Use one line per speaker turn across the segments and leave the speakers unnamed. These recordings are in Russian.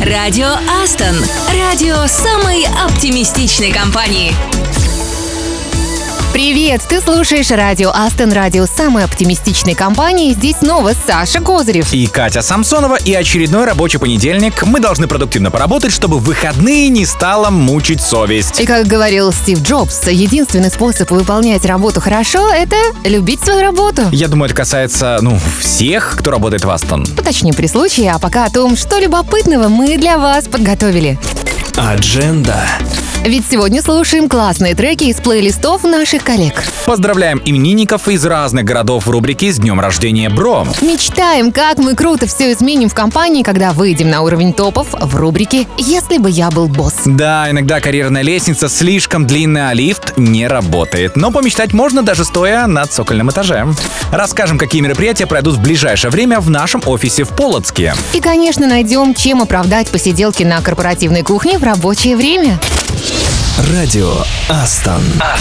Радио Астон. Радио самой оптимистичной компании.
Привет! Ты слушаешь Радио Астон, радио самой оптимистичной компании. Здесь снова Саша Козырев.
И Катя Самсонова. И очередной рабочий понедельник. Мы должны продуктивно поработать, чтобы в выходные не стало мучить совесть.
И как говорил Стив Джобс, единственный способ выполнять работу хорошо — это любить свою работу.
Я думаю, это касается, всех, кто работает в Астон.
Уточним при случае, а пока о том, что любопытного мы для вас подготовили.
Адженда.
Ведь сегодня слушаем классные треки из плейлистов наших коллег.
Поздравляем именинников из разных городов в рубрике «С днем рождения, бро».
Мечтаем, как мы круто все изменим в компании, когда выйдем на уровень топов в рубрике «Если бы я был босс».
Да, иногда карьерная лестница слишком длинная, а лифт не работает. Но помечтать можно даже стоя на цокольном этаже. Расскажем, какие мероприятия пройдут в ближайшее время в нашем офисе в Полоцке.
И, конечно, найдем, чем оправдать посиделки на корпоративной кухне в рабочее время.
Радио Астон.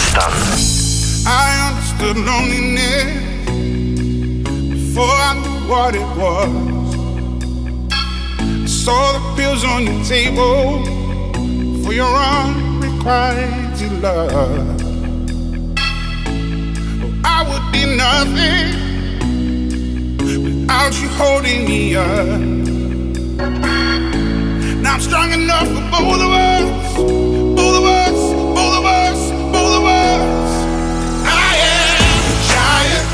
I understood loneliness before I knew what it was. I saw the pills on your table for your unrequited love. Oh, I would be nothing without you holding me up. Now I'm strong enough for both of us, both of us, both of us, both of us. I am a giant.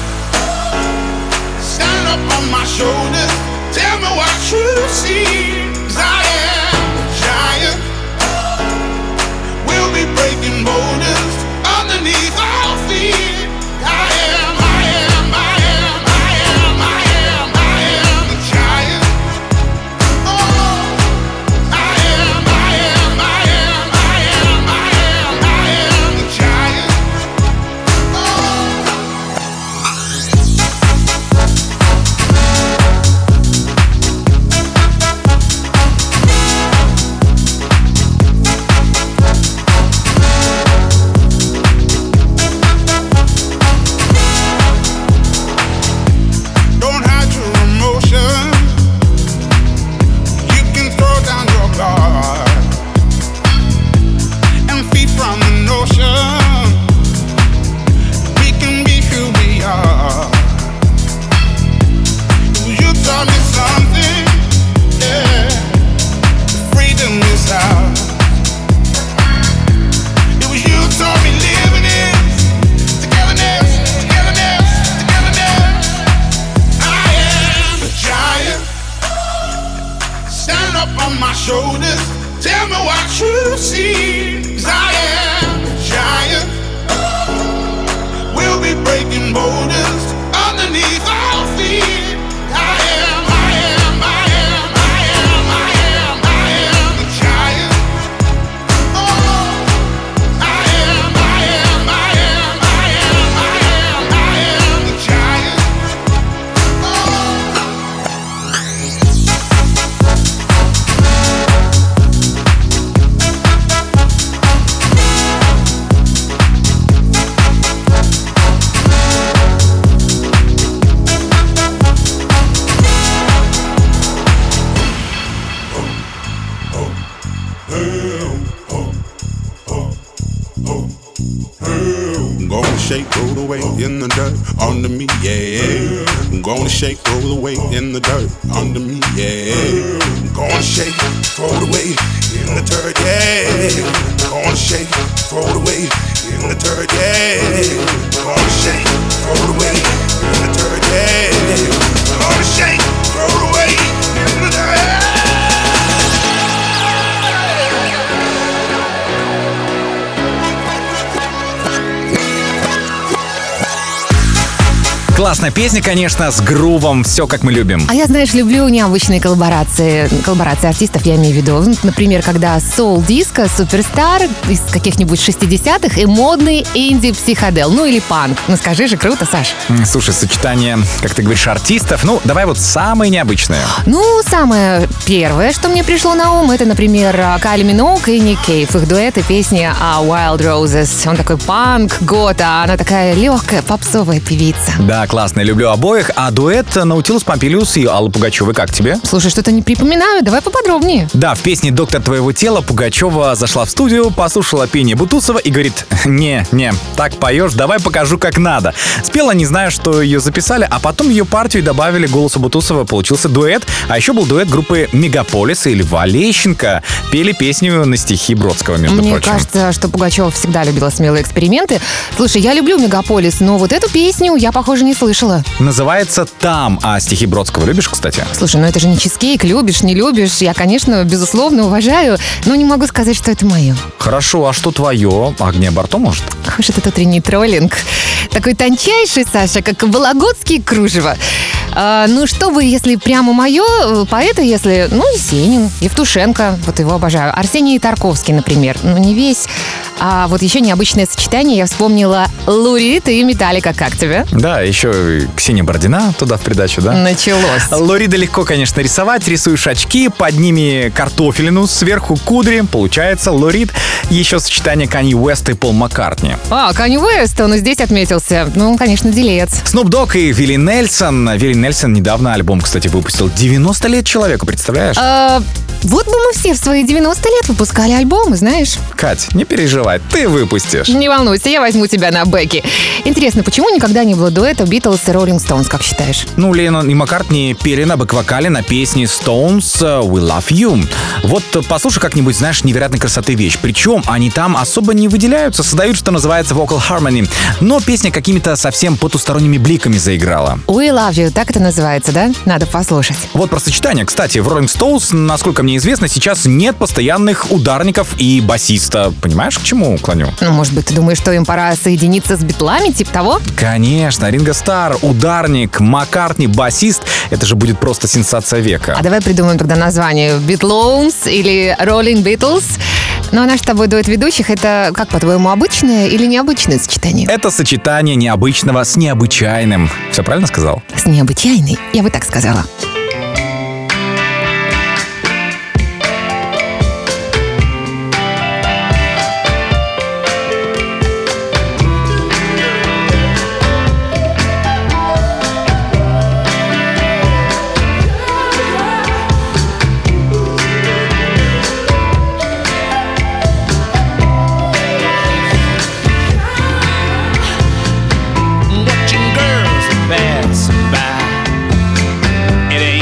Stand up on my shoulders. Tell me what you see. 'Cause I am a giant. We'll be breaking boulders underneath our feet. I am, I am, I am, I am, I am, I am a giant. Oh, I am, I am, I am, I am, I am, I am a giant. Don't hide your emotions. You can throw down your guard and feed from the notion we can be who we are. You taught me something, yeah. Freedom is ours. It was you taught me living is togetherness, togetherness, togetherness. I am a giant. Stand up on my shoulders. Tell me what you see. 'Cause I am a giant. We'll be breaking boulders underneath our feet. I am, I am, I am, I am, I am, I am a giant. Oh, I am, I am, I am, I am, I am, I am a giant.
I'm gonna shake, roll the weight in the dirt under me, yeah. I'm gonna shake, roll the weight in the dirt under me, yeah. I'm gonna shake, throw the weight in the dirt, yeah. I'm gonna shake, throw the weight in the dirt, yeah. I'm gonna shake, throw the weight in the dirt, yeah. I'm gonna shake, throw the weight in the dirt.
Классная песня, конечно, с грувом, все как мы любим.
А я, знаешь, люблю необычные коллаборации артистов, я имею в виду. Например, когда соул-диско, суперстар из каких-нибудь 60-х и модный инди-психодел, или панк. Скажи же, круто, Саш.
Слушай, сочетание, как ты говоришь, артистов, давай вот самые необычные.
Самое первое, что мне пришло на ум, это, например, Кайли Миноуг и Ник Кейв. Их дуэт и песня Wild Roses. Он такой панк, гота, а она такая легкая попсовая певица.
Да, классная, люблю обоих. А дуэт Наутилус Помпилиус и Аллы Пугачевой как тебе?
Слушай, что-то не припоминаю, давай поподробнее.
Да, в песне «Доктор твоего тела» Пугачева зашла в студию, послушала пение Бутусова и говорит: не, так поешь, давай покажу как надо. Спела, не зная, что ее записали, а потом ее партию добавили голосу Бутусова, получился дуэт. А еще был дуэт группы «Мегаполис» и Льва Лещенко. Пели песню на стихи Бродского, между
Мне
прочим.
кажется, что Пугачева всегда любила смелые эксперименты. Слушай, я люблю «Мегаполис», но вот эту песню я, похоже, не слышала.
Называется «Там». А стихи Бродского любишь, кстати?
Слушай, ну это же не чизкейк, любишь, не любишь. Я, конечно, безусловно уважаю, но не могу сказать, что это мое.
Хорошо, а что твое? Агния Барто, может?
Ох, это утренний троллинг. Такой тончайший, Саша, как вологодские кружево. Ну, что бы, если прямо мое, поэты, если... Ну, Есенин, Евтушенко, вот его обожаю. Арсений Тарковский, например. Ну, не весь. А вот еще необычное сочетание. Я вспомнила Лу Рид и Металлика. Как тебе?
Да, еще и Ксения Бородина туда в придачу, да?
Началось.
Лу Рида легко, конечно, рисовать. Рисуешь очки, под ними картофелину, сверху кудри. Получается Лу Рид. Еще сочетание Канье Уэст и Пол Маккартни.
Канье Уэст, он и здесь отметился. Ну, конечно, делец.
Снуп Дог и Вилли Нельсон. Вилли Нельсон недавно альбом, кстати, выпустил. 90 лет человеку, представляешь?
Вот бы мы все в свои 90 лет выпускали альбомы, знаешь.
Кать, не переживай, ты выпустишь.
Не волнуйся, я возьму тебя на бэки. Интересно, почему никогда не было дуэта Битлз и Роллинг Стоунс, как считаешь?
Ну, Леннон и Маккартни пели на бэк-вокале на песне Stones «We Love You». Вот послушай как-нибудь, знаешь, невероятной красоты вещь. Причем они там особо не выделяются, создают, что называется, vocal harmony. Но песня какими-то совсем потусторонними бликами заиграла.
We Love You, так это называется, да? Надо послушать.
Вот про сочетание. Кстати, в Rolling Stones, насколько мне известно, сейчас нет постоянных ударников и басиста. Понимаешь, к чему клоню?
Ну, может быть, ты думаешь, что им пора соединиться с Битлами, типа того?
Конечно, Ринго Стар, ударник, Маккартни, басист. Это же будет просто сенсация века.
А давай придумаем тогда название. Битлоунс или Rolling Beatles. Ну, а наш с тобой дуэт ведущих, это, как по-твоему, обычное или необычное сочетание?
Это сочетание необычного с необычайным. Все правильно сказал?
С необычайной, я бы так сказала.
Watching girls pass by. It ain't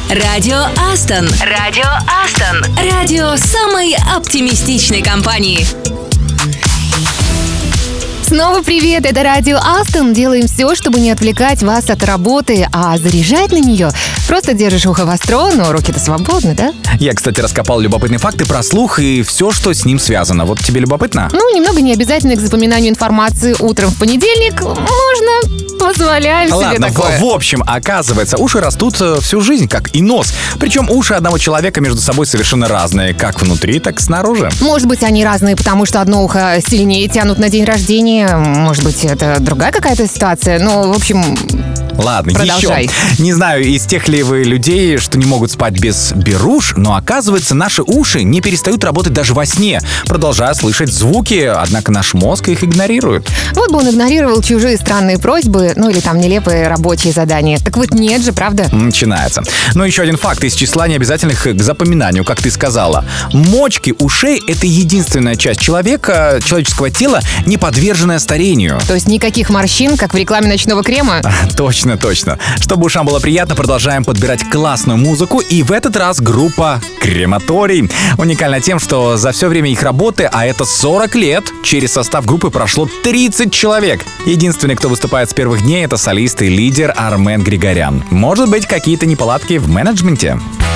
Радио Астон. Радио Астон. Радио самой оптимистичной компании.
Снова привет, это Радио Астон. Делаем все, чтобы не отвлекать вас от работы, а заряжать на нее. Просто держишь ухо востро, но руки-то свободны, да?
Я, кстати, раскопал любопытные факты про слух и все, что с ним связано. Вот тебе любопытно?
Ну, немного не обязательно к запоминанию информации утром в понедельник. Можно, позволяем себе
Ладно,
такое.
в общем, оказывается, уши растут всю жизнь, как и нос. Причем уши одного человека между собой совершенно разные, как внутри, так и снаружи.
Может быть, они разные, потому что одно ухо сильнее тянут на день рождения. Может быть, это другая какая-то ситуация. Ну, в общем,
Ладно,
продолжай.
еще. Не знаю, из тех ли вы людей, что не могут спать без беруш, но оказывается, наши уши не перестают работать даже во сне, продолжая слышать звуки, однако наш мозг их игнорирует.
Вот бы он игнорировал чужие странные просьбы, ну или там нелепые рабочие задания. Так вот нет же, правда?
Начинается. Но еще один факт из числа необязательных к запоминанию, как ты сказала. Мочки ушей — это единственная часть человеческого тела, не подверженная старению.
То есть никаких морщин, как в рекламе ночного крема?
Точно. Чтобы ушам было приятно, продолжаем подбирать классную музыку. И в этот раз группа «Крематорий». Уникальна тем, что за все время их работы, а это 40 лет, через состав группы прошло 30 человек. Единственный, кто выступает с первых дней, это солист и лидер Армен Григорян. Может быть, какие-то неполадки в менеджменте?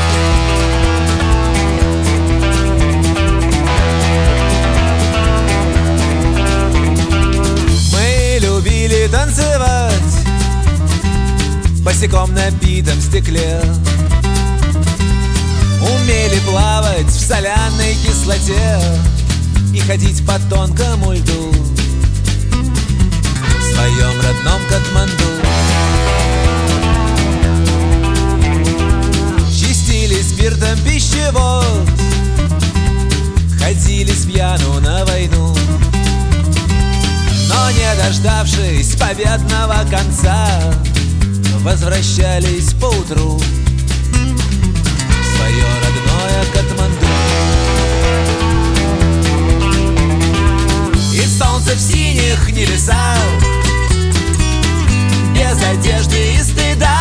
Мы любили танцевать босиком на битом стекле. Умели плавать в соляной кислоте и ходить по тонкому льду в своем родном Катманду. Чистили спиртом пищевод, ходили с пьяну на войну, но не дождавшись победного конца, возвращались поутру в свое родное Катманду. И солнце в синих небесах, без одежды и стыда,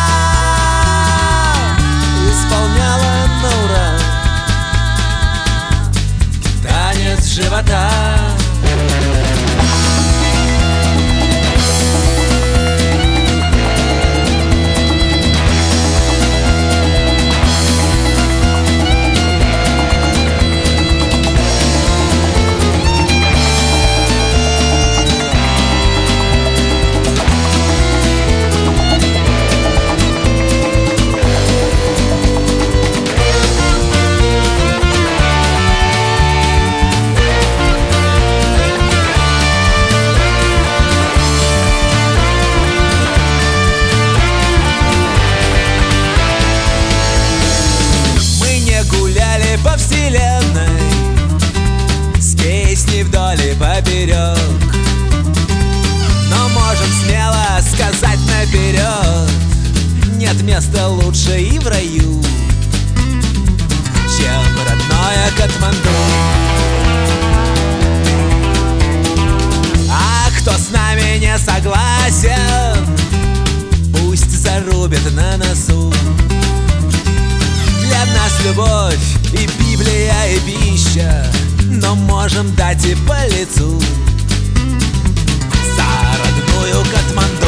исполняло на ура танец живота. По вселенной с песней вдоль и поперек, но можем смело сказать наперед: нет места лучше и в раю, чем родное Катманду. А кто с нами не согласен, пусть зарубит на носу. Для нас любовь и Библия, и пища, но можем дать и по лицу за родную Катманду,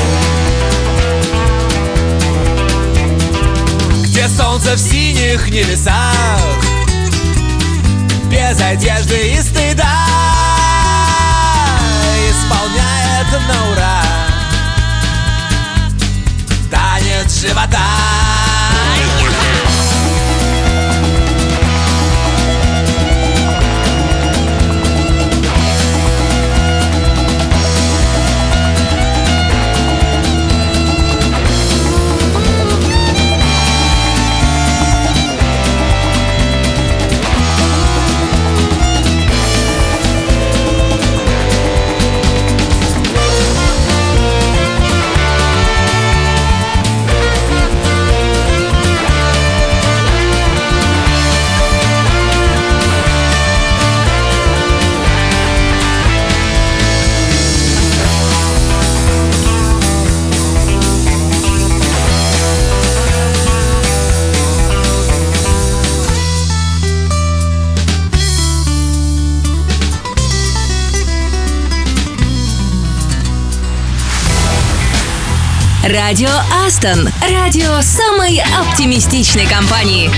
где солнце в синих небесах, без одежды и стыда, исполняет на ура танец живота.
Радио Астон. Радио самой оптимистичной компании.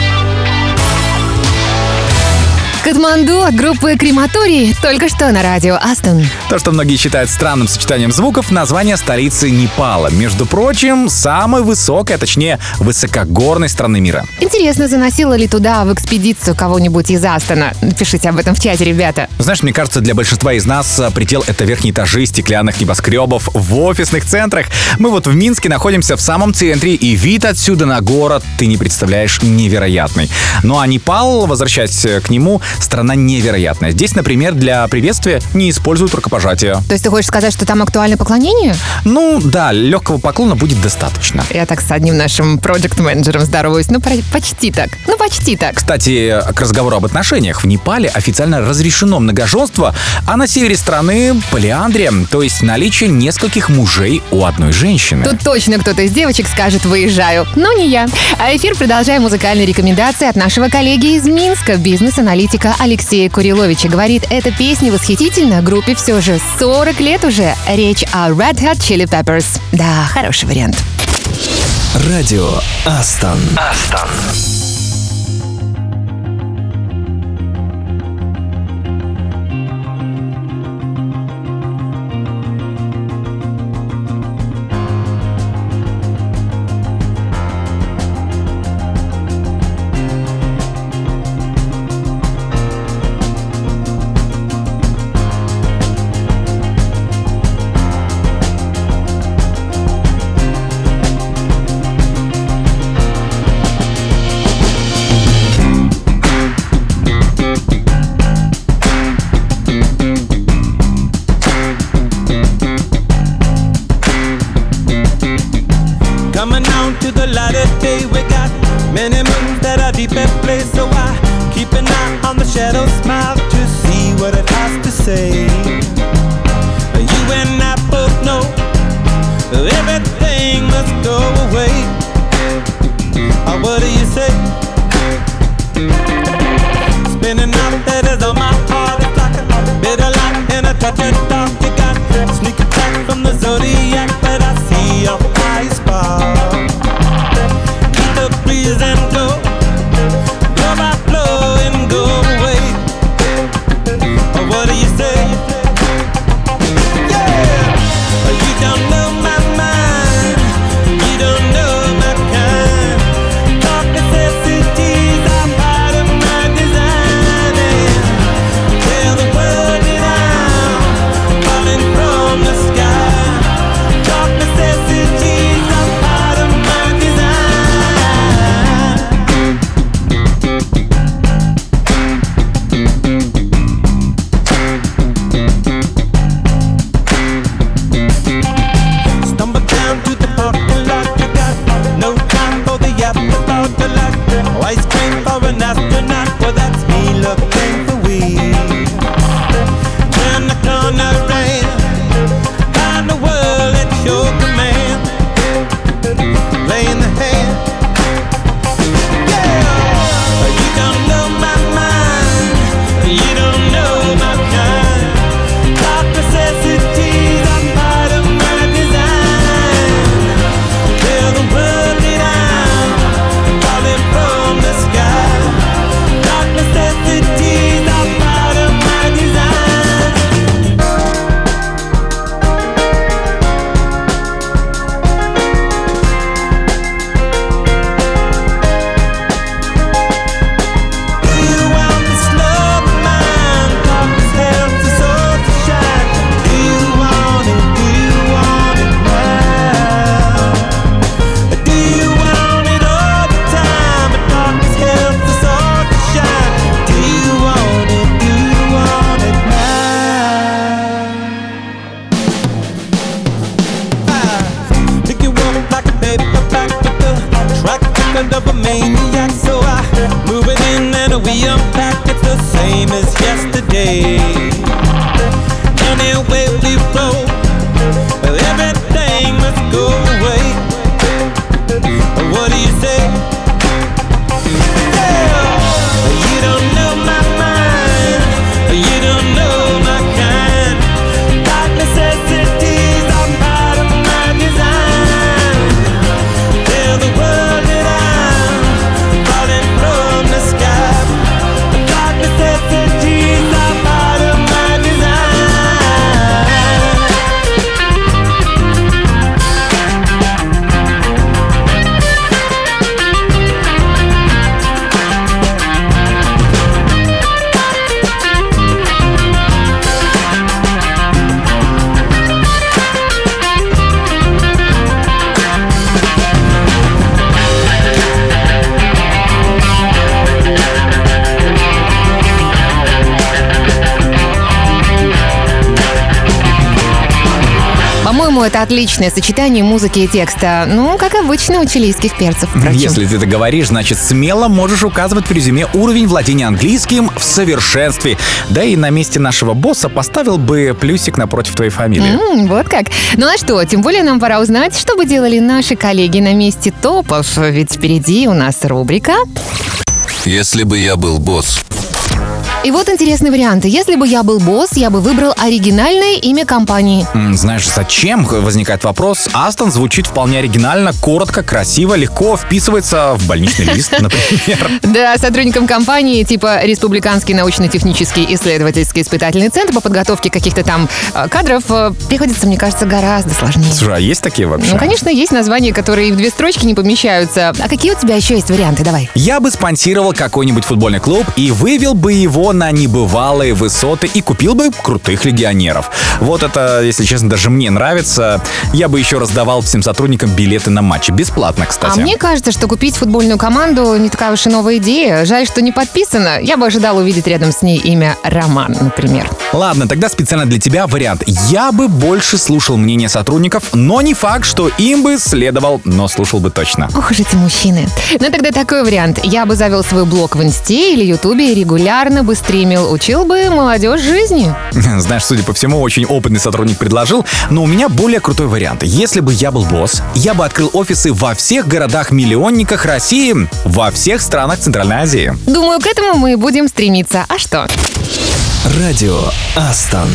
Катманду от группы «Крематорий» только что на радио Астон.
То, что многие считают странным сочетанием звуков, название столицы Непала. Между прочим, самой высокой, а точнее высокогорной страны мира.
Интересно, заносила ли туда в экспедицию кого-нибудь из Астона? Напишите об этом в чате, ребята.
Знаешь, мне кажется, для большинства из нас предел — это верхние этажи стеклянных небоскребов в офисных центрах. Мы вот в Минске находимся в самом центре, и вид отсюда на город, ты не представляешь, невероятный. Ну а Непал, возвращаясь к нему, страна невероятная. Здесь, например, для приветствия не используют рукопожатия.
То есть ты хочешь сказать, что там актуально поклонение?
Ну да, легкого поклона будет достаточно.
Я так с одним нашим проект-менеджером здороваюсь. Ну, почти так.
Кстати, к разговору об отношениях. В Непале официально разрешено многоженство, а на севере страны полиандрия, то есть наличие нескольких мужей у одной женщины.
Тут точно кто-то из девочек скажет «выезжаю». Но не я. А эфир продолжаем музыкальные рекомендации от нашего коллеги из Минска, бизнес-аналитика Алексея Куриловича. Говорит, эта песня восхитительна, группе все же 40 лет уже. Речь о Red Hot Chili Peppers. Да, хороший вариант.
Радио Астон.
Coming on to the light of day, we got many moons that are deep at play. So I keep an eye on the shadow, smile to see what it has to say. You and I both know everything must go away. What do you say? Spinning out letters on my heart, it's like a bitter light and a touch of dark. You got sneak attack from the zodiac, but I see your eyes spark. Keep the breeze and go, blow by blow and go away. What do you say? Yeah, you don't know my mind, you don't know my kind. Dark necessities are part of my design. And tell the world that I'm falling from the sky. Dark necessities are part of my design. Stumble down to the parking lot. You got no time for the afterthought. The light ice cream for an astronaut. Well, that's me looking for weed. Turn the corner and find the world at your command. Playing the hand. Yeah, you don't know my mind, you don't know my kind. Dark necessities are part of my design. Tell the world that I'm falling from the sky. Dark necessities are part of my design. Do you want this love of mine? Darkness helps us all to shine. Do you want it? Do you want it now? Do you want it all the time? But darkness helps us all to shine. Do you want it? Do you want it now? Pick you up like a paperback with the track record of a maniac. So I move it in and we unpack. It's the same as yesterday. Anyway we roll, everything must go away. What do you say? Yeah, you don't know my mind, you don't know my kind. Dark necessities are part of my design.
это отличное сочетание музыки и текста. Ну, как обычно у чилийских перцев, впрочем.
Если ты это говоришь, значит, смело можешь указывать в резюме уровень владения английским в совершенстве. Да и на месте нашего босса поставил бы плюсик напротив твоей фамилии.
Вот как. Ну а что, тем более нам пора узнать, что бы делали наши коллеги на месте топов. Ведь впереди у нас рубрика.
Если бы я был босс.
И вот интересный вариант. Если бы я был босс, я бы выбрал оригинальное имя компании.
Знаешь, зачем? Возникает вопрос. Астон звучит вполне оригинально, коротко, красиво, легко вписывается в больничный лист, например.
Да, сотрудникам компании типа Республиканский научно-технический исследовательский испытательный центр по подготовке каких-то там кадров приходится, мне кажется, гораздо сложнее.
Слушай, а есть такие вообще?
Ну, конечно, есть названия, которые и в 2 строчки не помещаются. А какие у тебя еще есть варианты? Давай.
Я бы спонсировал какой-нибудь футбольный клуб и вывел бы его на небывалые высоты и купил бы крутых легионеров. Вот это, если честно, даже мне нравится. Я бы еще раздавал всем сотрудникам билеты на матчи. Бесплатно, кстати.
А мне кажется, что купить футбольную команду не такая уж и новая идея. Жаль, что не подписано. Я бы ожидал увидеть рядом с ней имя Роман, например.
Ладно, тогда специально для тебя вариант. Я бы больше слушал мнение сотрудников, но не факт, что им бы следовал, но слушал бы точно.
Ох уж эти мужчины. Ну тогда такой вариант. Я бы завел свой блог в Инсте или Ютубе и регулярно бы стримил, учил бы молодежь жизни.
Знаешь, судя по всему, очень опытный сотрудник предложил, но у меня более крутой вариант. Если бы я был босс, я бы открыл офисы во всех городах-миллионниках России, во всех странах Центральной Азии.
Думаю, к этому мы будем стремиться. А что?
Радио Астон.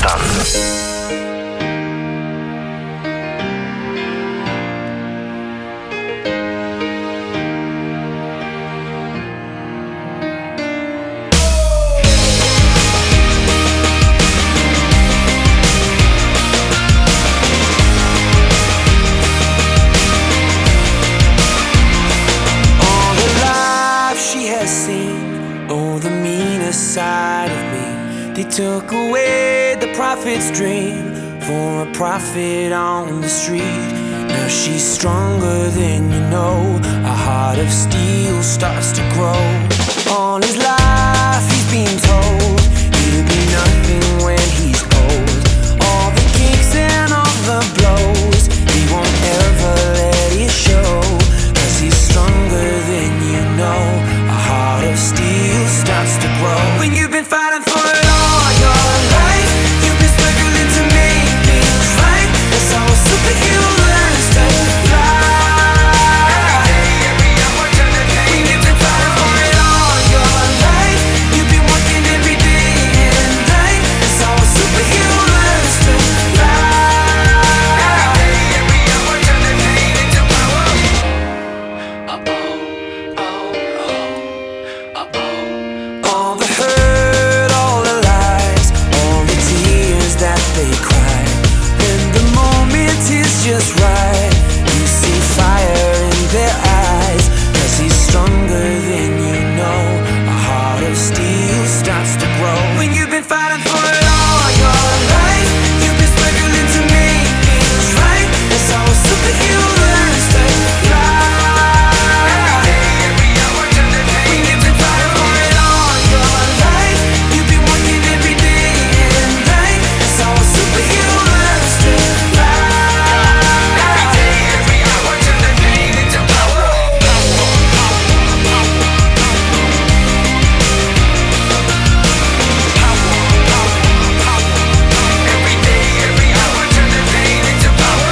All the life she has seen, oh, the meanest side of me. They took away the prophet's dream for a prophet on the street. Now she's stronger than you know. A heart of steel starts to grow. All his life he's been told he'll be nothing when he's old. All the kicks and all the blows, he won't ever let it show. 'Cause he's stronger than you know. A heart of steel starts to grow. When you've been fighting for it all your life, you've been struggling to make things right. That's how a superhero learns to fly. When you've been fighting for it all your life, you've been working every day and night. That's how a superhero learns to fly. All the hurt, all the lies, all the tears that they cry. When the moment is just right, you see fire in their eyes. 'Cause he's stronger than you know. A heart of steel starts to grow. When you've been fighting for it all your life, you've been struggling to make things right. That's how a superhero learns to fly. When you've been fighting for it all your life, you've been working every day and night. That's how a superhero learns to fly. Every day, every hour, turn the pain into power. Every day, every hour, turn the pain into power.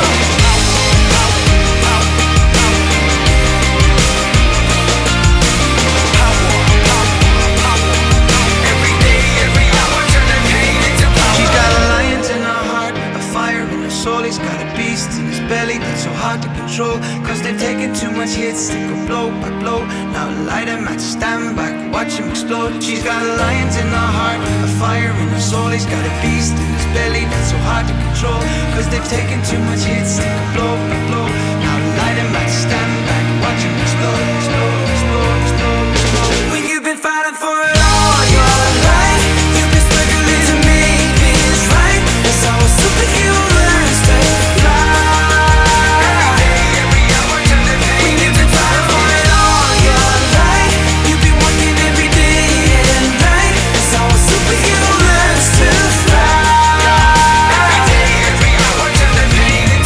Every day, every hour, turn the pain into power.
She's got a lion in her heart, a fire in her soul. He's got a beast in his belly that's so hard to control. 'Cause they've taken too much hits, they go blow by blow. Now light him match, stand back, watch him explode. She's got a lion in her heart, a fire in her soul. He's got a beast in his belly that's so hard to control. 'Cause they've taken too much hits, they go blow by blow. Now light him match, stand back, watch him explode, explode, explode, explode, explode.
When you've been fighting for it all your life, you've been struggling to make things right. That's how a superhero learns to fly. When you've been fighting for it all your life, you've been working every day and night. That's how a superhero learns to fly. Every day, every hour, turn the pain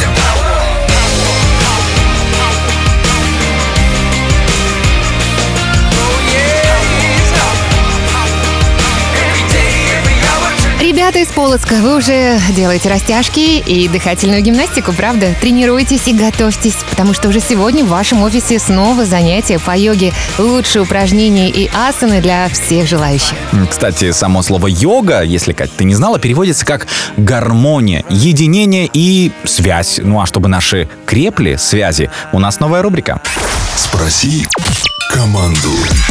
из Полоцка. Вы уже делаете растяжки и дыхательную гимнастику, правда? Тренируйтесь и готовьтесь, потому что уже сегодня в вашем офисе снова занятия по йоге. Лучшие упражнения и асаны для всех желающих.
Кстати, само слово «йога», если, Кать, ты не знала, переводится как гармония, единение и связь. Ну а чтобы наши крепли связи, у нас новая рубрика.
Спроси команду.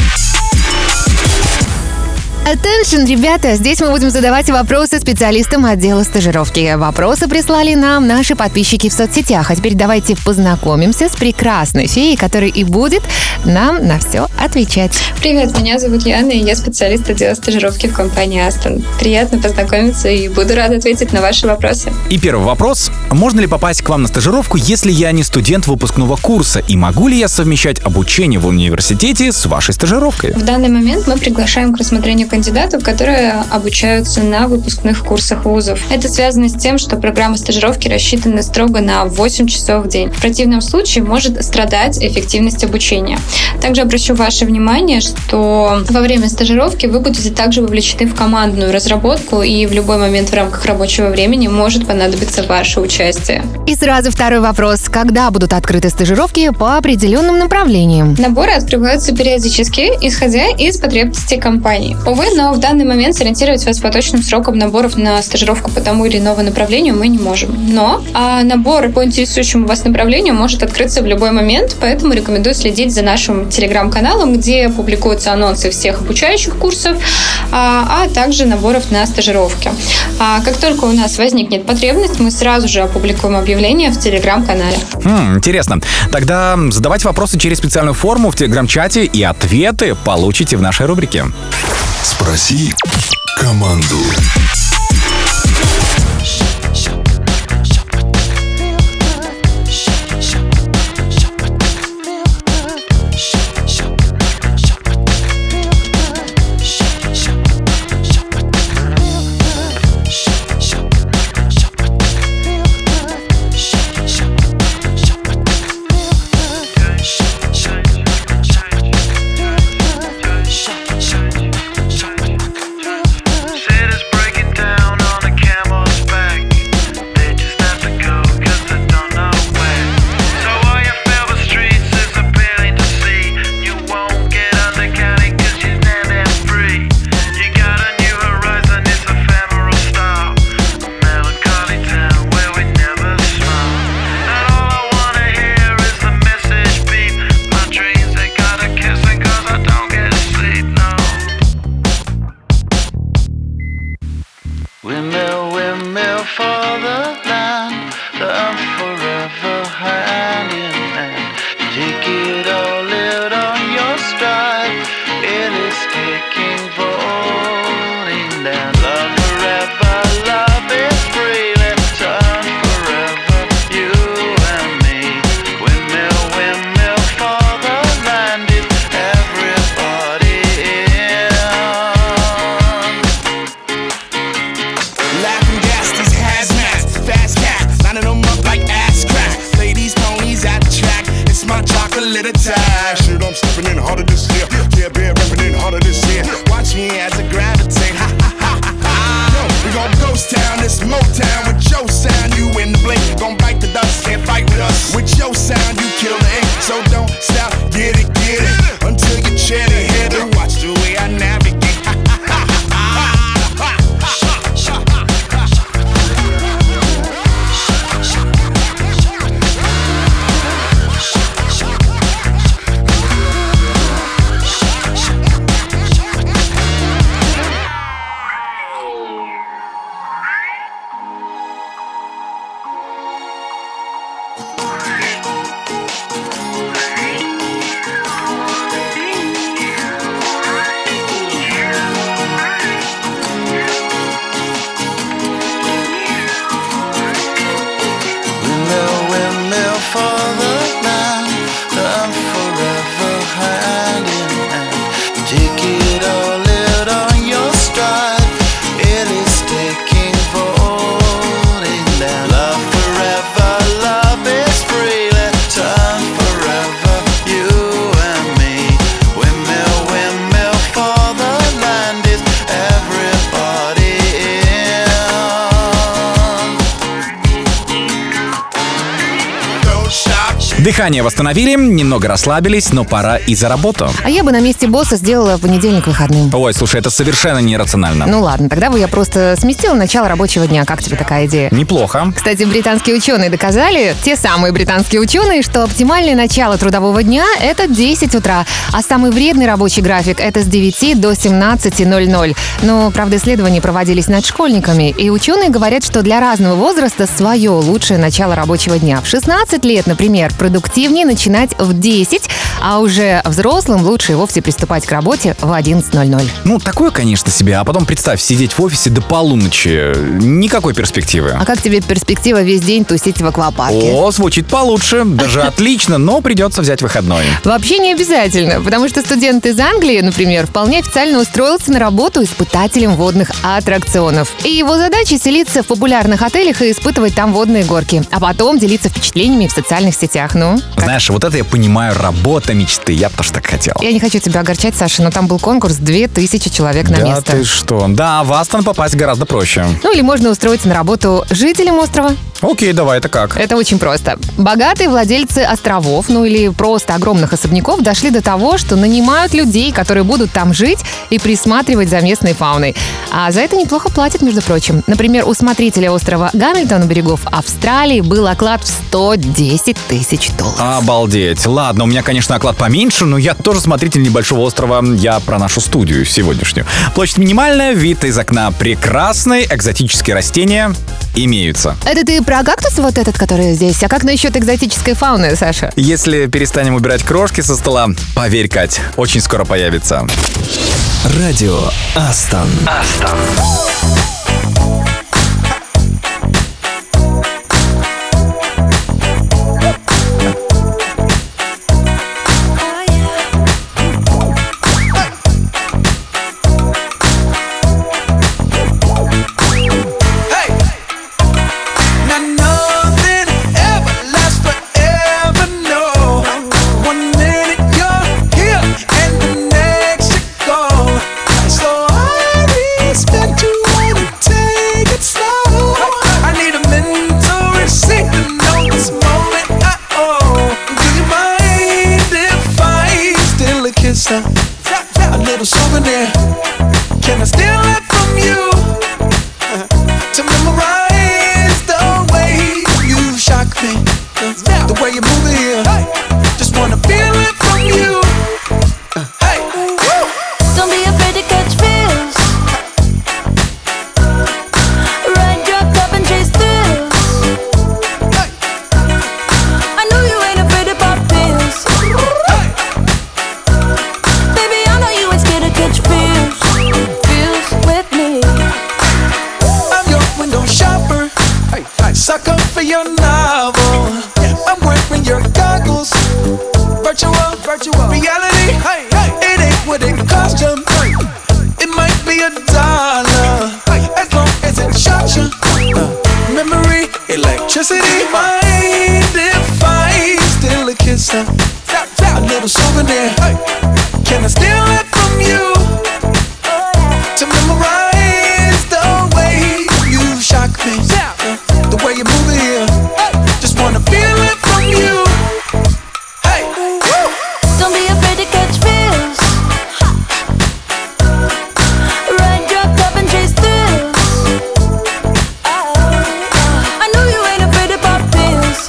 Attention, ребята! Здесь мы будем задавать вопросы специалистам отдела стажировки. Вопросы прислали нам наши подписчики в соцсетях. А теперь давайте познакомимся с прекрасной феей, которая и будет нам на все отвечать.
Привет, меня зовут Яна, и я специалист отдела стажировки в компании Aston. Приятно познакомиться и буду рада ответить на ваши вопросы.
И первый вопрос. Можно ли попасть к вам на стажировку, если я не студент выпускного курса? И могу ли я совмещать обучение в университете с вашей стажировкой?
В данный момент мы приглашаем к рассмотрению кандидатов, которые обучаются на выпускных курсах вузов. Это связано с тем, что программа стажировки рассчитана строго на 8 часов в день. В противном случае может страдать эффективность обучения. Также обращу ваше внимание, что во время стажировки вы будете также вовлечены в командную разработку, и в любой момент в рамках рабочего времени может понадобиться ваше участие.
И сразу второй вопрос. Когда будут открыты стажировки по определенным направлениям?
Наборы открываются периодически, исходя из потребностей компании. Увы, но в данный момент сориентировать вас по точным срокам наборов на стажировку по тому или иному направлению мы не можем. Но набор по интересующему вас направлению может открыться в любой момент, поэтому рекомендую следить за нашим телеграм-каналом, где публикуются анонсы всех обучающих курсов, а также наборов на стажировки. Как только у нас возникнет потребность, мы сразу же опубликуем объявление в телеграм-канале.
Интересно. Тогда задавайте вопросы через специальную форму в телеграм-чате, и ответы получите в нашей рубрике.
Спроси команду.
Said it's breaking
Дыхание восстановили, немного расслабились, но пора и за работу.
А я бы на месте босса сделала понедельник выходным.
Ой, слушай, это совершенно нерационально.
Ну ладно, тогда бы я просто сместила начало рабочего дня. Как тебе такая идея?
Неплохо.
Кстати, британские ученые доказали, те самые британские ученые, что оптимальное начало трудового дня — это 10 утра, а самый вредный рабочий график — это с 9 до 17:00. Но, правда, исследования проводились над школьниками, и ученые говорят, что для разного возраста свое лучшее начало рабочего дня. В 16 лет, например, продуктивнее начинать в 10, а уже взрослым лучше и вовсе приступать к работе в 11:00.
Ну, такое, конечно, себе. А потом представь, сидеть в офисе до полуночи. Никакой перспективы.
А как тебе перспектива весь день тусить в аквапарке?
О, звучит получше. Даже отлично, но придется взять выходной.
Вообще не обязательно, потому что студент из Англии, например, вполне официально устроился на работу испытателем водных аттракционов. И его задача — селиться в популярных отелях и испытывать там водные горки, а потом делиться впечатлениями в социальных сетях. Ну, как?
Знаешь, вот это я понимаю, работа мечты. Я бы тоже так хотел.
Я не хочу тебя огорчать, Саша, но там был конкурс 2000 человек на
Да
место.
ты что? Да, в Астон попасть гораздо проще.
Ну или можно устроиться на работу жителем острова.
Окей, давай, это как?
Это очень просто. Богатые владельцы островов, ну или просто огромных особняков, дошли до того, что нанимают людей, которые будут там жить и присматривать за местной фауной. А за это неплохо платят, между прочим. Например, у смотрителя острова Гамильтон у берегов Австралии был оклад в $110 тысяч.
Обалдеть. Ладно, у меня, конечно, оклад поменьше, но я тоже смотритель небольшого острова. Я про нашу студию сегодняшнюю. Площадь минимальная, вид из окна прекрасный, экзотические растения имеются.
Это ты про кактус вот этот, который здесь? А как насчет экзотической фауны, Саша?
Если перестанем убирать крошки со стола, поверь, Кать, очень скоро появится.
Радио Астон.
A little souvenir. Can I steal it from you? To memorize the way you shock me, the way you move it here. Just wanna feel it from you. Hey,
don't be afraid to catch feels. Ride your cup and chase thrills. I know you ain't afraid to pop pills. Baby, I know you ain't scared to catch feels. Feels with me.
I'm your window shopper. Sucker for your novel. I'm wearing your goggles. Virtual reality. It ain't what it cost you. It might be $1 as long as it shocks you. Memory, electricity. Mind if I steal a kiss? A little souvenir. Can I steal it from you? To memorize the way you shock me, the way you move it here. Just wanna feel it from you. Hey,
Don't be afraid to catch feels. Ride your cup and chase thrills. I know you ain't afraid to pop pills.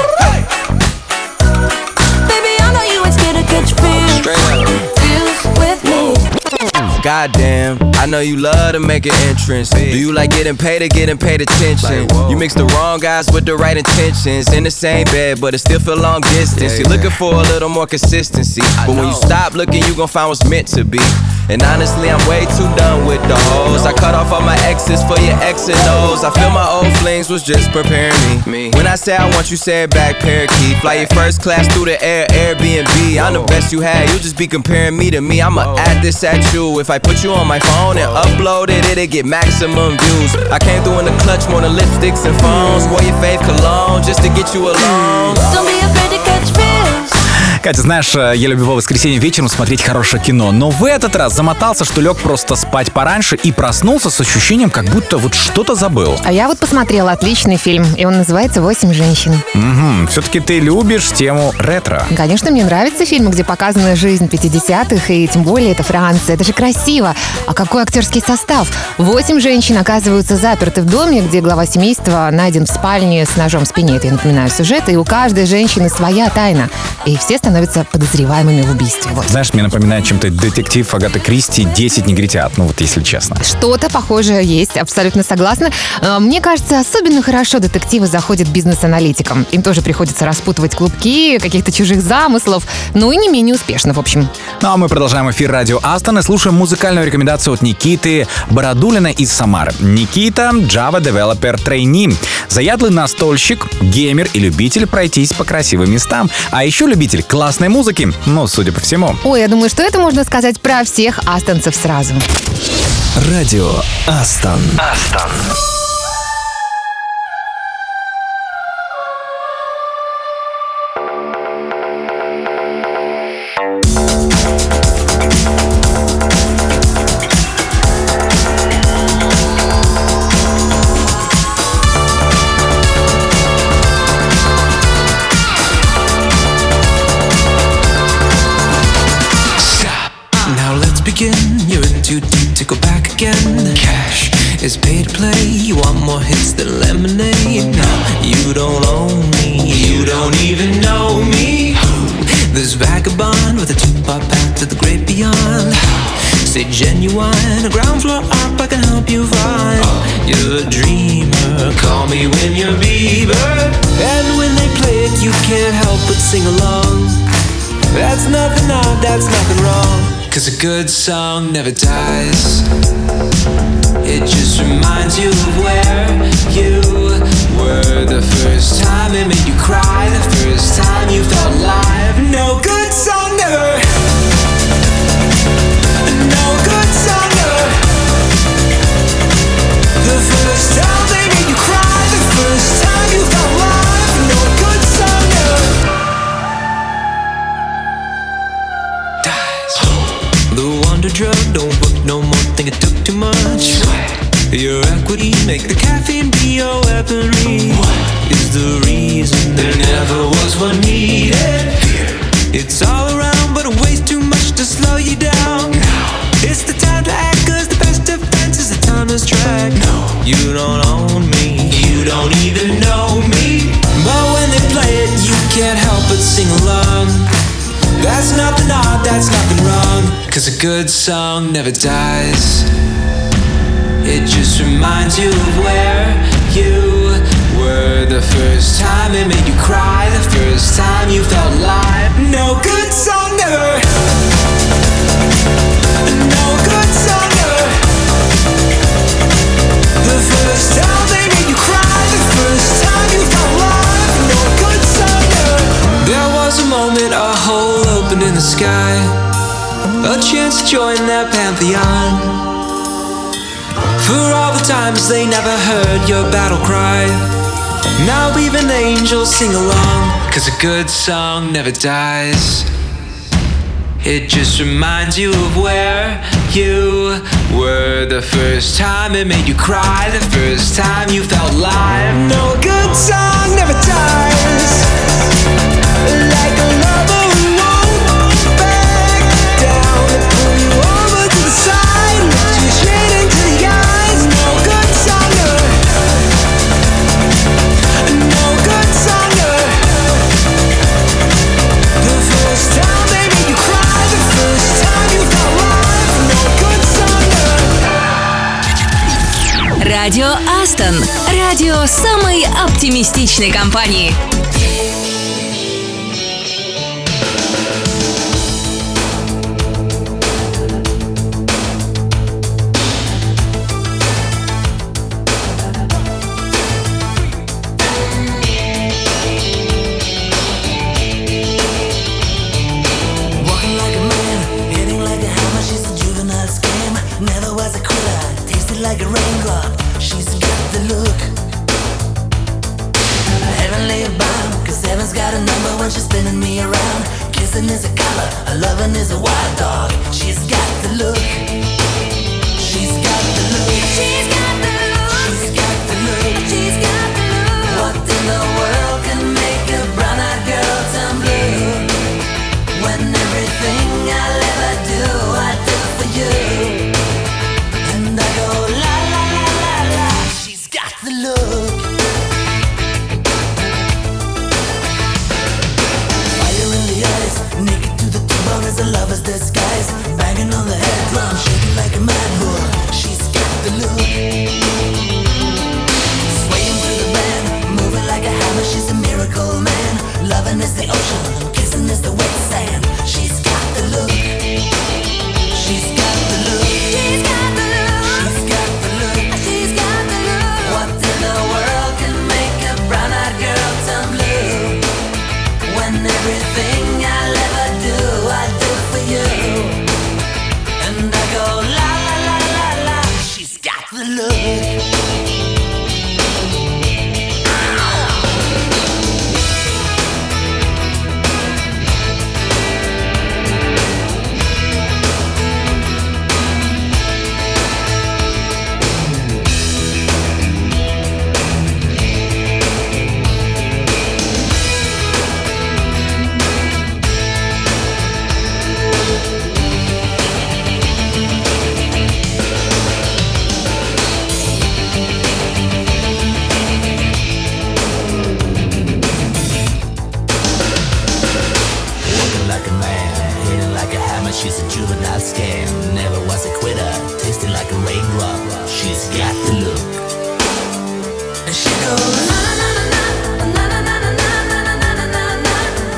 Baby, I know you ain't scared to catch feels.
Straight up.
Feels with me.
Goddamn, I know you love to make an entrance. Do you like getting paid or getting paid attention? You mix the wrong guys with the right intentions. In the same bed, but it still feel long distance. You're looking for a little more consistency. But when you stop looking, you gon' find what's meant to be. And honestly, I'm way too done with the hoes. I cut off all my exes for your X and O's. I feel my old flings was just preparing me. When I say I want you, say it back, parakeet. Fly your first class through the air, Airbnb. I'm the best you had, you just be comparing me to me. I'ma add this at you. If I put you on my phone and upload it, it'll get maximum views. I came through in the clutch more than lipsticks and phones. Wore your fave cologne just to get you alone.
Don't be afraid to catch feels.
Катя, знаешь, я люблю по воскресеньям вечером смотреть хорошее кино, но в этот раз замотался, что лег просто спать пораньше и проснулся с ощущением, как будто вот что-то забыл.
А я вот посмотрела отличный фильм, и он называется «8 женщин».
Угу. Все-таки ты любишь тему ретро.
Конечно, мне нравятся фильмы, где показана жизнь 50-х, и тем более это Франция. Это же красиво. А какой актерский состав? 8 женщин оказываются заперты в доме, где глава семейства найден в спальне с ножом в спине. Это, я напоминаю, сюжет. И у каждой женщины своя тайна. И все становятся подозреваемыми в убийстве. Вот.
Знаешь, мне напоминает чем-то детектив Агаты Кристи «10 негритят», ну вот если честно.
Что-то похожее есть, абсолютно согласна. Мне кажется, особенно хорошо детективы заходят бизнес-аналитикам. Им тоже приходится распутывать клубки каких-то чужих замыслов, ну и не менее успешно, в общем.
Ну а мы продолжаем эфир радио Астон и слушаем музыкальную рекомендацию от Никиты Бородулина из Самары. Никита — Java Developer Trainee, заядлый настольщик, геймер и любитель пройтись по красивым местам, а еще любитель классной музыки, ну, судя по всему.
Ой, я думаю, что это можно сказать про всех астонцев сразу.
Радио Астон.
Now let's begin. You're in too deep to go back again. Cash is pay to play. You want more hits than lemonade. No, you don't own me. You don't even know me. This vagabond with a two-pop hat to the great beyond. Stay genuine. A ground floor up I can help you find. You're a dreamer. Call me when you're Bieber. And when they play it, you can't help but sing along. That's nothing odd, that's nothing wrong. 'Cause a good song never dies. It just reminds you of where you were the first time it made you cry, the first time you felt alive. No good song never. No good song never. The first time they made you cry, the first time you felt alive. No good song never. The wonder drug don't work no more, think it took too much. Your equity, make the caffeine be your weaponry. Is the reason there never was one needed. It's all around, but it weighs too much to slow you down. It's the time to act, 'cause the best defense is the timeless track. You don't own me, you don't even know me. But when they play it, you can't help but sing along. That's nothing odd, that's nothing wrong. 'Cause a good song never dies. It just reminds you of where you were the first time it made you cry, the first time you felt alive. No good song never. No good song never. The first time they made you cry, the first time you felt alive. No good song never. There was a moment, a hole opened in the sky, a chance to join their pantheon. For all the times they never heard your battle cry, now even angels sing along. 'Cause a good song never dies. It just reminds you of where you were the first time it made you cry, the first time you felt alive. No good song never dies. Like a lover who won't back down and pull you over to the side, look you straight into the eyes. No good song never. No good song never. The first time they made you cry, the first time you felt alive. No good song never.
Радио Астон. Радио самой оптимистичной компании.
Walking like a man, hitting like a hammer. She's a juvenile scam. Never was a quitter, tasted like a raindrop. She's got the look, heavenly bound. loving is a wild dog. She's got the look. She's got the look. She's got the look. She's got the look. She's got the look. What in the world can make a brown-eyed girl turn blue? When everything I'll ever do, I do for you. And I go la la la la la. She's got the look. Fire in the eyes, naked to the bone as a lover's disguise. Banging on the head drum, shaking like a mad bull. She's got the look. Swaying through the band, moving like a hammer. She's a miracle man. Loving is the ocean, kissing is the wet sand. She's got the look. She's got the look. She's got the look. She's got the look. She's got the look. What in the world can make a brown-eyed girl turn blue? When everything I'll ever do, I do for you. And I go la la la la la. She's got the look. She's a juvenile scam, never was a quitter, tasting like a raindrop. She's got the look. And she goes na na na na na na na na na na na na na.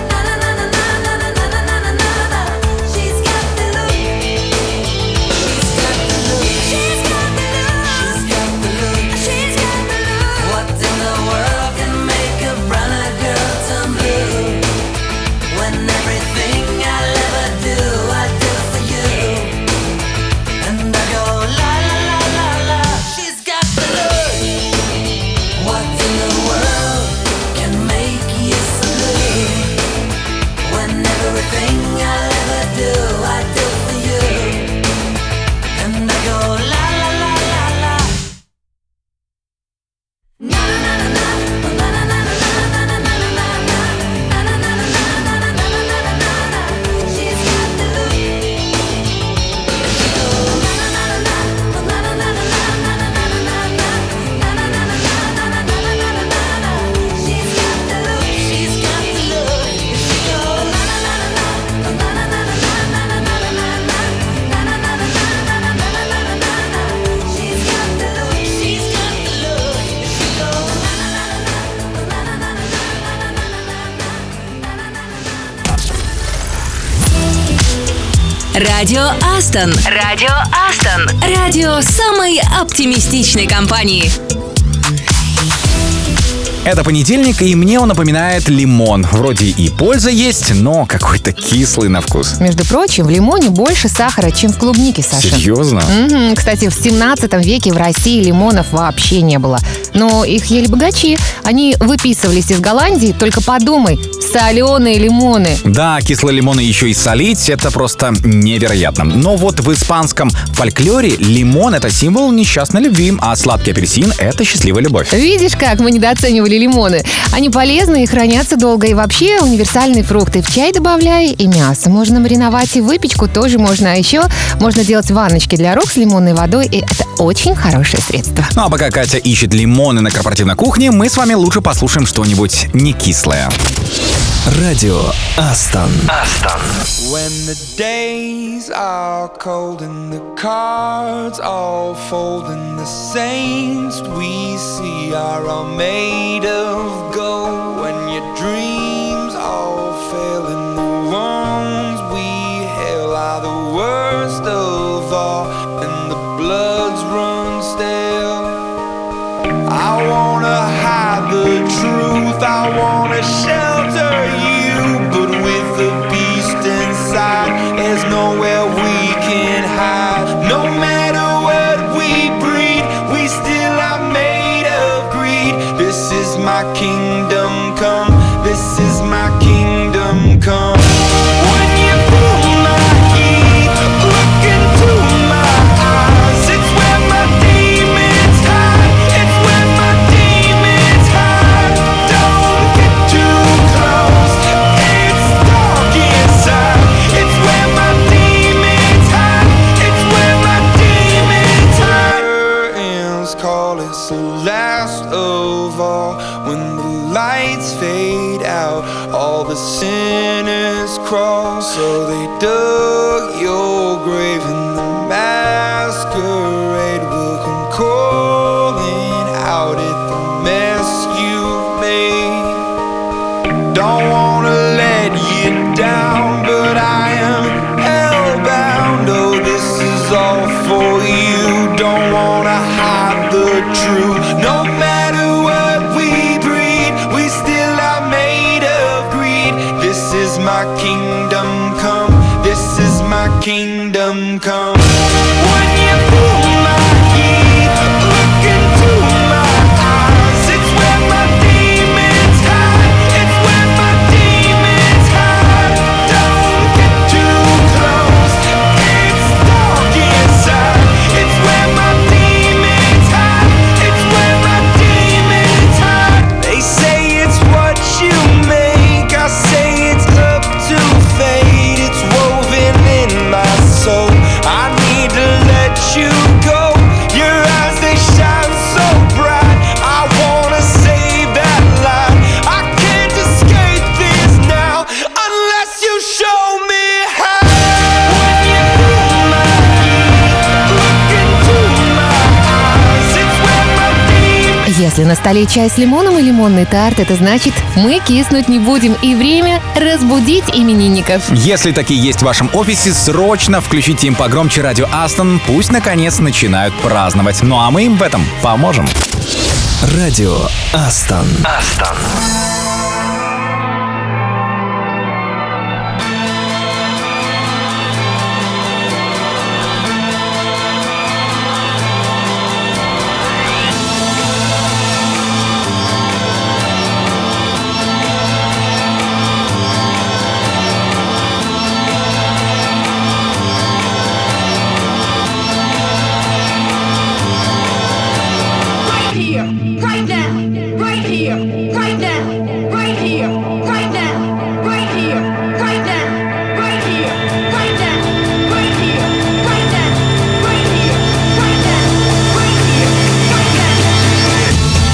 She's got the look. She's got the look. She's got the look. She's got the look. She's got the look. What in the world can make a brown-eyed girl turn blue? When everything I'll ever do, I do for you. And I go la la la la la. She's got the look. What in the world can make you so blue? When everything I'll ever do, I do for you. And I go la la la la la. Na na na na na na na na na na na na na. She's got the look. She goes na na na na na na na na na na na na. She's got the look. She's got the look. She goes na na na na na na na na na na na. She's got the look. She's got the look. She goes na na na na na na na na.
Радио Астон. Радио Астон. Радио самой оптимистичной компании.
Это понедельник, и мне он напоминает лимон. Вроде и польза есть, но какой-то кислый на вкус.
Между прочим, в лимоне больше сахара, чем в клубнике, Саша.
Серьезно?
Мгм. Кстати, в 17 веке в России лимонов вообще не было. Но их ели богачи. Они выписывались из Голландии, только подумай, соленые лимоны.
Да, кислые лимоны еще и солить — это просто невероятно. Но вот в испанском фольклоре лимон — это символ несчастной любви, а сладкий апельсин — это счастливая любовь.
Видишь, как мы недооценивали лимоны? Они полезны и хранятся долго. И вообще универсальные фрукты. В чай добавляй, и мясо можно мариновать, и выпечку тоже можно. А еще можно делать ванночки для рук с лимонной водой, и это очень хорошее средство.
Ну а пока Катя ищет лимоны на корпоративной кухне, мы с вами лучше послушаем что-нибудь не кислое.
Радио Астон.
When the days are cold and the cards all fold and the saints we see are all made of gold, when your dreams all fail and the ones we hail are the worst of all and the bloods run stale, I wanna hide the truth, I wanna shelter you, but with the beast inside, there's nowhere we can hide. No matter what we breed, we still are made of greed. This is my kingdom come, this is my kingdom come. When you pull true. No matter what we breed, we still are made of greed. This is my kingdom come. This is my kingdom come. When you feel my heat, look into my eyes. It's where my demons hide. It's where my demons hide. Don't get too close. It's dark inside. It's where my demons hide. It's where my demons hide. They say it's what you make. I say it's up to fate. It's woven in my soul. I need to let you go. Your eyes, they shine so bright. I wanna save that light. I can't escape this now unless you show me how. When you feel my heat, look into my eyes. It's where my demons.
Если на столе чай с лимоном и лимонный тарт, это значит, мы киснуть не будем. И время разбудить именинников.
Если такие есть в вашем офисе, срочно включите им погромче радио Астон. Пусть, наконец, начинают праздновать. Ну а мы им в этом поможем.
Радио Астон.
Right here, right now, right here, right now, right here, right now, right here, right now, right here, right now, right here, right now, right here, right now, right here, right now.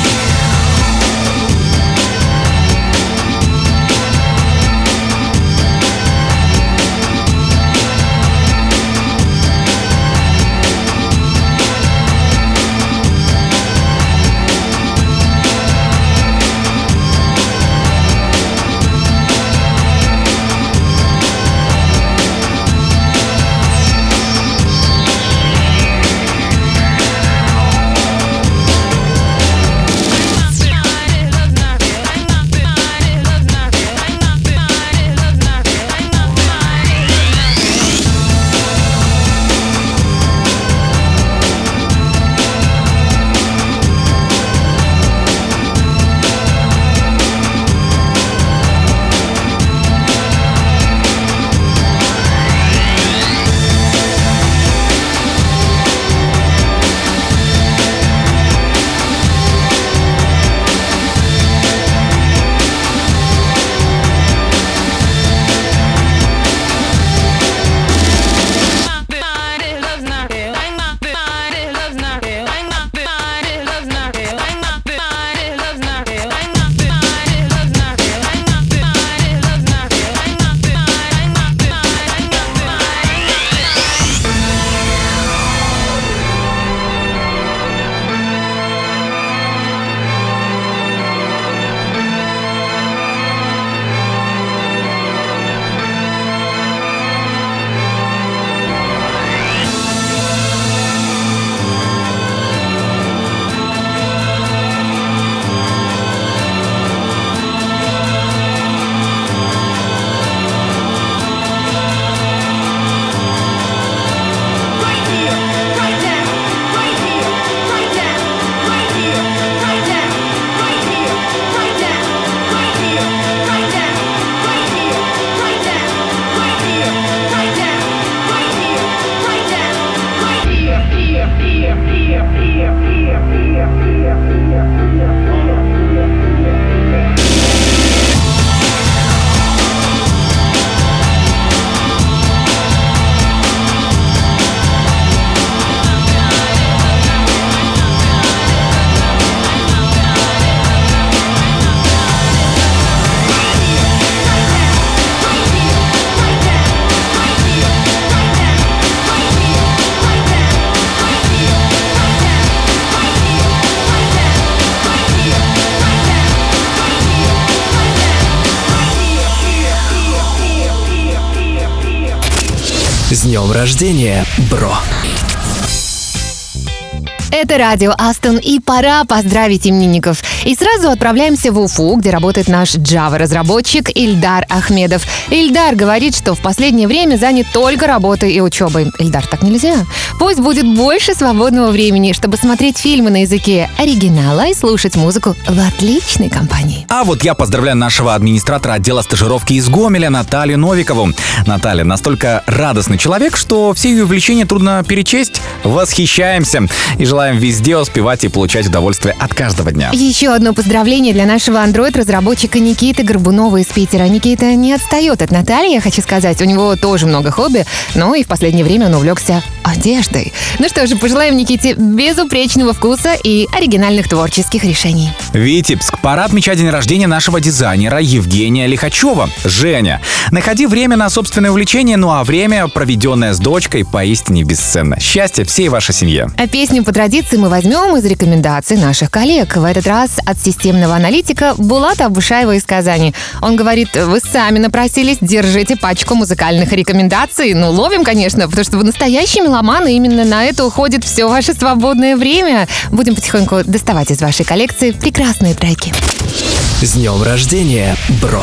С днем рождения, бро!
Это радио Астон, и пора поздравить именинников. И сразу отправляемся в Уфу, где работает наш Java-разработчик Ильдар Ахмедов. Ильдар говорит, что в последнее время занят только работой и учебой. Ильдар, так нельзя. Пусть будет больше свободного времени, чтобы смотреть фильмы на языке оригинала и слушать музыку в отличной компании.
А вот я поздравляю нашего администратора отдела стажировки из Гомеля Наталью Новикову. Наталья настолько радостный человек, что все ее увлечения трудно перечесть. Восхищаемся и желаем везде успевать и получать удовольствие от каждого дня.
Еще одно поздравление для нашего Android-разработчика Никиты Горбунова из Питера. Никита не отстает от Натальи, я хочу сказать. У него тоже много хобби, но и в последнее время он увлекся одеждой. Ну что же, пожелаем Никите безупречного вкуса и оригинальных творческих решений.
Витебск. Пора отмечать день рождения нашего дизайнера Евгения Лихачева. Женя, находи время на собственное увлечение, ну а время, проведенное с дочкой, поистине бесценно. Счастья всей вашей семье.
А песню по традиции мы возьмем из рекомендаций наших коллег. В этот раз от системного аналитика Булата Абушаева из Казани. Он говорит: вы сами напросились, держите пачку музыкальных рекомендаций. Ну, ловим, конечно, потому что вы настоящий меломан, и именно на это уходит все ваше свободное время. Будем потихоньку доставать из вашей коллекции прекрасные треки.
С днем рождения, бро!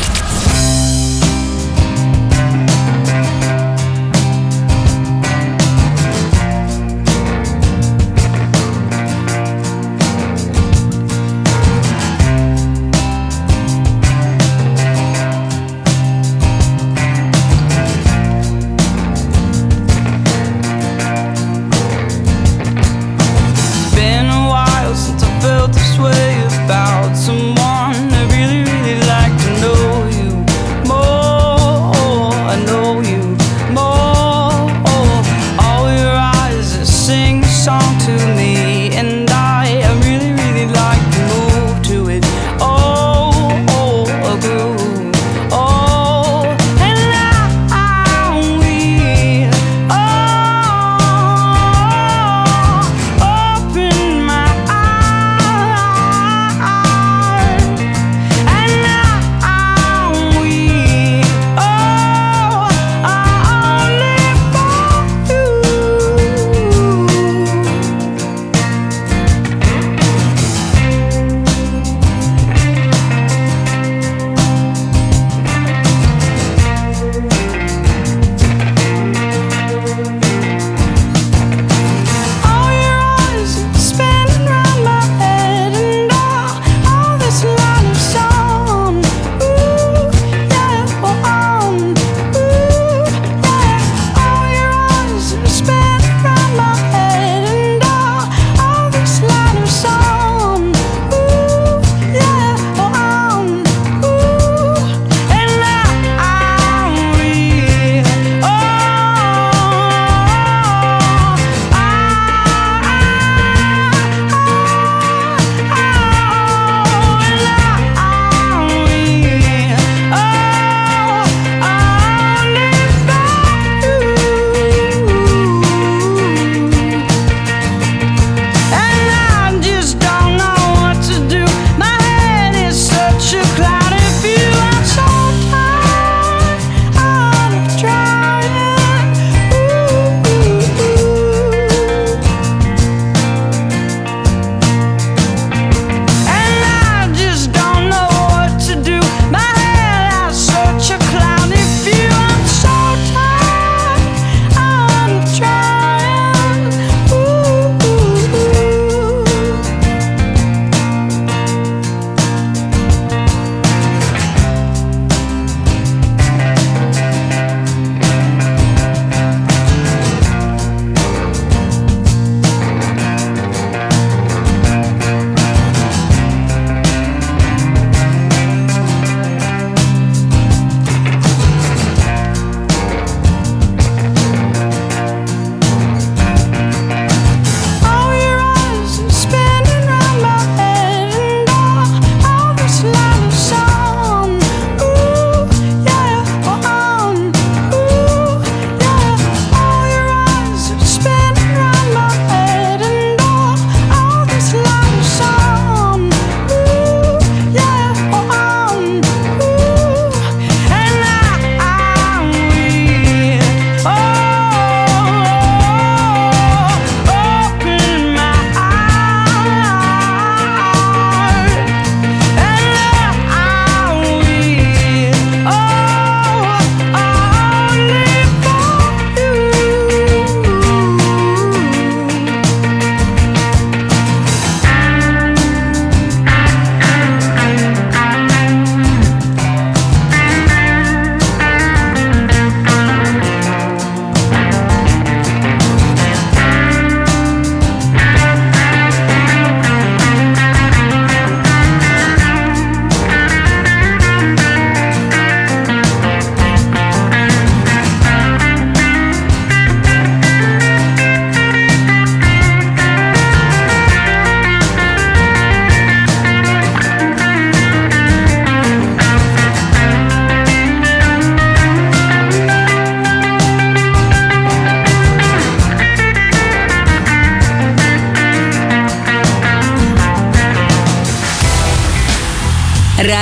Been a while since I felt this way about someone I really, really like to know.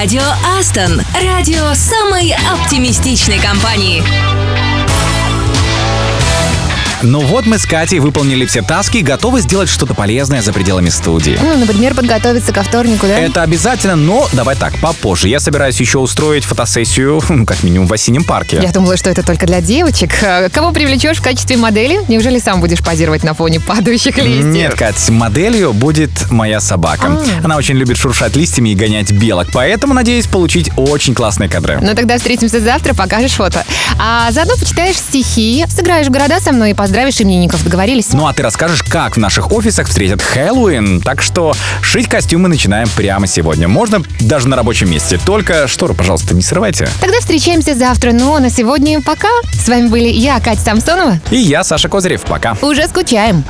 Радио Астон. Радио самой оптимистичной компании.
Ну вот мы с Катей выполнили все таски и готовы сделать что-то полезное за пределами студии.
Ну, например, подготовиться ко вторнику, да?
Это обязательно, но давай так, попозже. Я собираюсь еще устроить фотосессию, как минимум, в осеннем парке.
Я думала, что это только для девочек. Кого привлечешь в качестве модели? Неужели сам будешь позировать на фоне падающих листьев?
Нет, Кать, моделью будет моя собака. Она очень любит шуршать листьями и гонять белок, поэтому надеюсь получить очень классные кадры.
Ну тогда встретимся завтра, покажешь фото. А заодно почитаешь стихи, сыграешь в города со мной и поздравишь именинников. Договорились?
Ну а ты расскажешь, как в наших офисах встретят Хэллоуин. Так что шить костюмы начинаем прямо сегодня. Можно даже на рабочем месте. Только шторы, пожалуйста, не срывайте.
Тогда встречаемся завтра. Ну а на сегодня пока. С вами были я, Катя Самсонова.
И я, Саша Козырев. Пока.
Уже скучаем.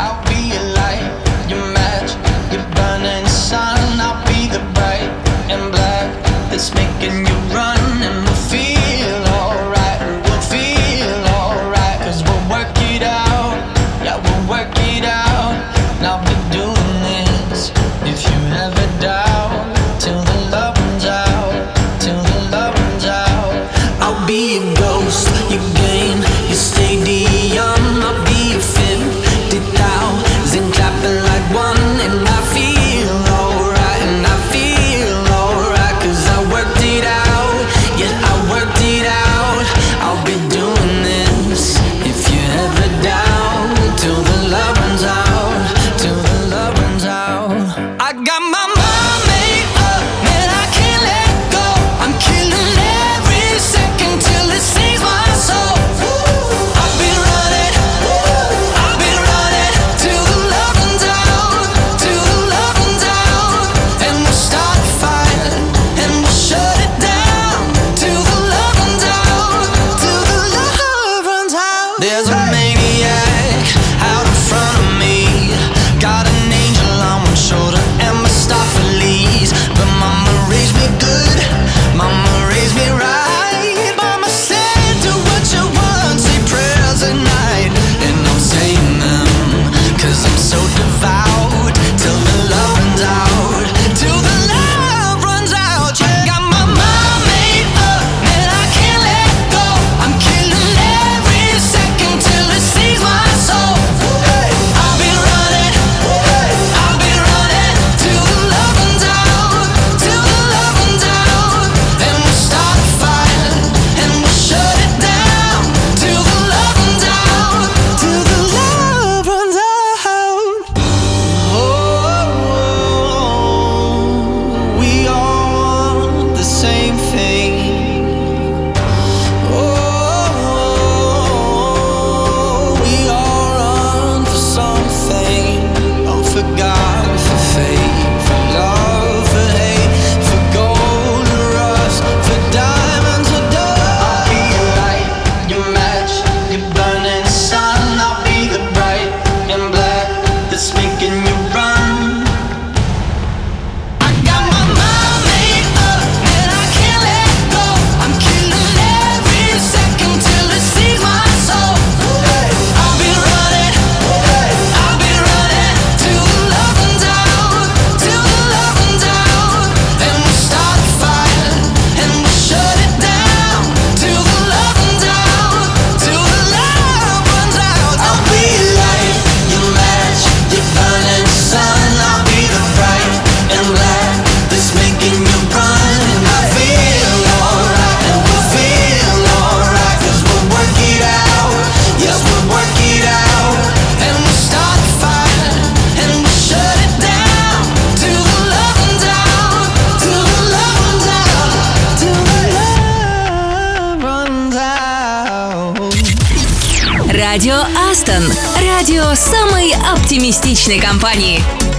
Радио Астон. Радио самой оптимистичной компании.